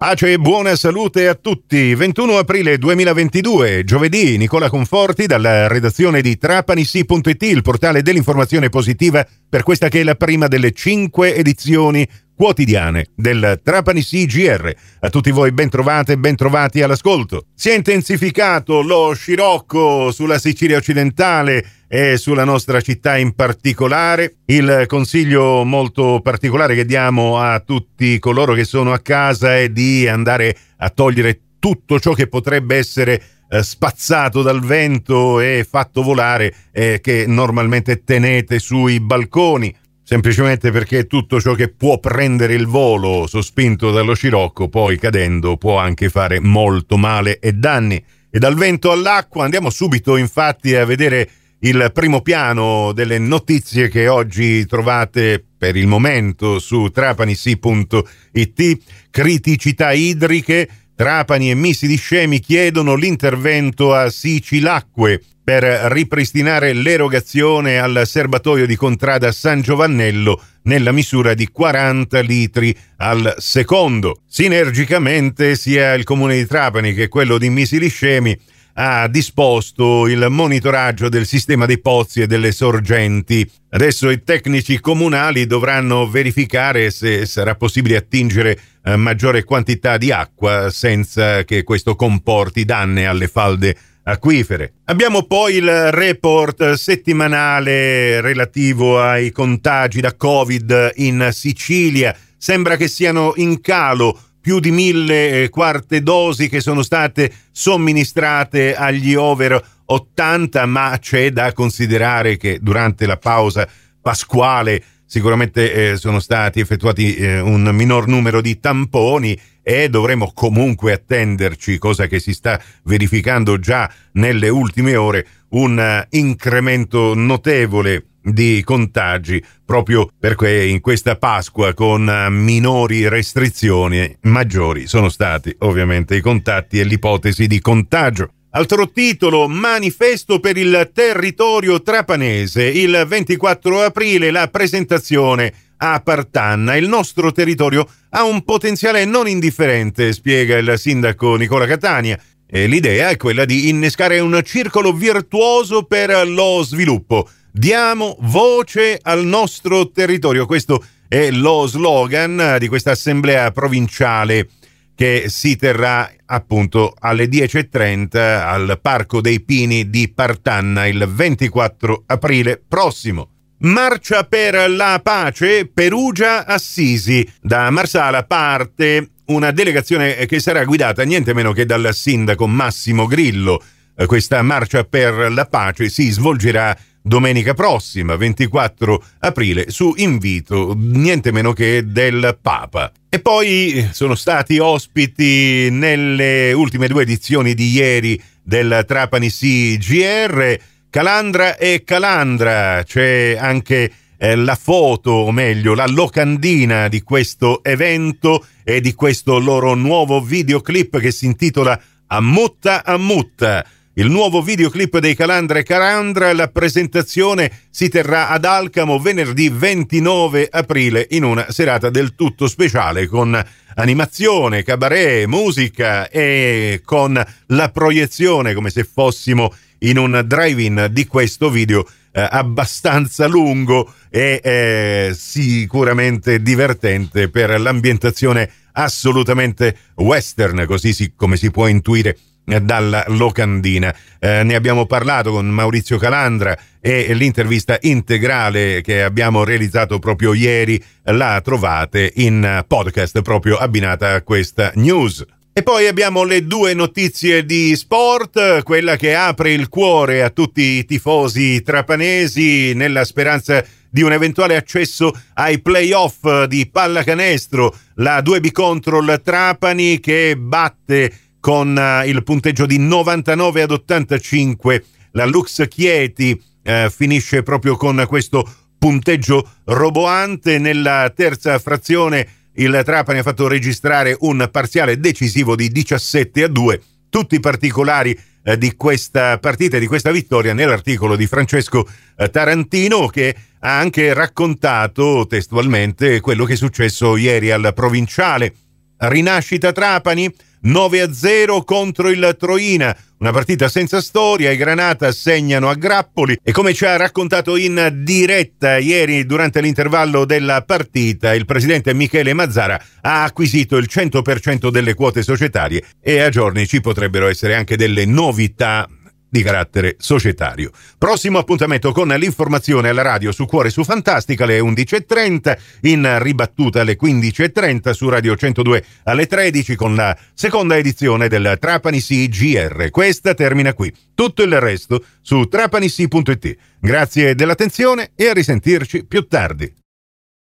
Pace e buona salute a tutti. 21 aprile 2022, giovedì. Nicola Conforti dalla redazione di trapanisi.it, il portale dell'informazione positiva per questa che è la prima delle 5 edizioni quotidiane del Trapanisi GR. A tutti voi ben trovate e ben trovati all'ascolto. Si è intensificato lo scirocco sulla Sicilia occidentale e sulla nostra città in particolare. Il consiglio molto particolare che diamo a tutti coloro che sono a casa è di andare a togliere tutto ciò che potrebbe essere spazzato dal vento e fatto volare, che normalmente tenete sui balconi, semplicemente perché tutto ciò che può prendere il volo sospinto dallo scirocco poi cadendo può anche fare molto male e danni. E dal vento all'acqua andiamo subito infatti a vedere il primo piano delle notizie che oggi trovate per il momento su trapanisi.it. Criticità idriche, Trapani e Misi di Scemi chiedono l'intervento a Sicilacque per ripristinare l'erogazione al serbatoio di Contrada San Giovannello nella misura di 40 litri al secondo. Sinergicamente sia il comune di Trapani che quello di Misi di Scemi ha disposto il monitoraggio del sistema dei pozzi e delle sorgenti. Adesso i tecnici comunali dovranno verificare se sarà possibile attingere maggiore quantità di acqua senza che questo comporti danni alle falde acquifere. Abbiamo poi il report settimanale relativo ai contagi da Covid in Sicilia. Sembra che siano in calo più di 1.000 quarte dosi che sono state somministrate agli over 80, ma c'è da considerare che durante la pausa pasquale sicuramente sono stati effettuati un minor numero di tamponi e dovremo comunque attenderci, cosa che si sta verificando già nelle ultime ore, un incremento notevole di contagi proprio perché in questa Pasqua con minori restrizioni maggiori sono stati ovviamente i contatti e l'ipotesi di contagio. Altro titolo: manifesto per il territorio trapanese. Il 24 aprile la presentazione a Partanna. Il nostro territorio ha un potenziale non indifferente, spiega il sindaco Nicola Catania. E l'idea è quella di innescare un circolo virtuoso per lo sviluppo. Diamo voce al nostro territorio. Questo è lo slogan di questa assemblea provinciale che si terrà appunto alle 10:30 al Parco dei Pini di Partanna il 24 aprile prossimo. Marcia per la pace, Perugia-Assisi. Da Marsala parte una delegazione che sarà guidata niente meno che dal sindaco Massimo Grillo. Questa marcia per la pace si svolgerà domenica prossima, 24 aprile, su invito niente meno che del Papa. E poi sono stati ospiti nelle ultime 2 edizioni di ieri del Trapanisi GR Calandra e Calandra. C'è anche la foto, o meglio la locandina di questo evento e di questo loro nuovo videoclip che si intitola Ammutta Ammutta. Il nuovo videoclip dei Calandra e Calandra, la presentazione si terrà ad Alcamo venerdì 29 aprile in una serata del tutto speciale con animazione, cabaret, musica e con la proiezione come se fossimo in un drive-in di questo video abbastanza lungo e sicuramente divertente per l'ambientazione assolutamente western, così come si può intuire dalla locandina. Ne abbiamo parlato con Maurizio Calandra e l'intervista integrale che abbiamo realizzato proprio ieri la trovate in podcast proprio abbinata a questa news. E poi abbiamo le 2 notizie di sport, quella che apre il cuore a tutti i tifosi trapanesi nella speranza di un eventuale accesso ai playoff di pallacanestro, la 2B Control Trapani che batte con il punteggio di 99-85 la Lux Chieti, finisce proprio con questo punteggio roboante. Nella terza frazione il Trapani ha fatto registrare un parziale decisivo di 17-2. Tutti i particolari di questa partita e di questa vittoria nell'articolo di Francesco Tarantino, che ha anche raccontato testualmente quello che è successo ieri al provinciale. Rinascita Trapani 9-0 contro il Troina, una partita senza storia. I Granata segnano a grappoli e, come ci ha raccontato in diretta ieri durante l'intervallo della partita, il presidente Michele Mazzara ha acquisito il 100% delle quote societarie e a giorni ci potrebbero essere anche delle novità di carattere societario. Prossimo appuntamento con l'informazione alla radio su Cuore su Fantastica alle 11.30, in ribattuta alle 15.30 su Radio 102 alle 13 con la seconda edizione del Trapani CGR. Questa termina qui. Tutto il resto su trapanisi.it. Grazie dell'attenzione e a risentirci più tardi.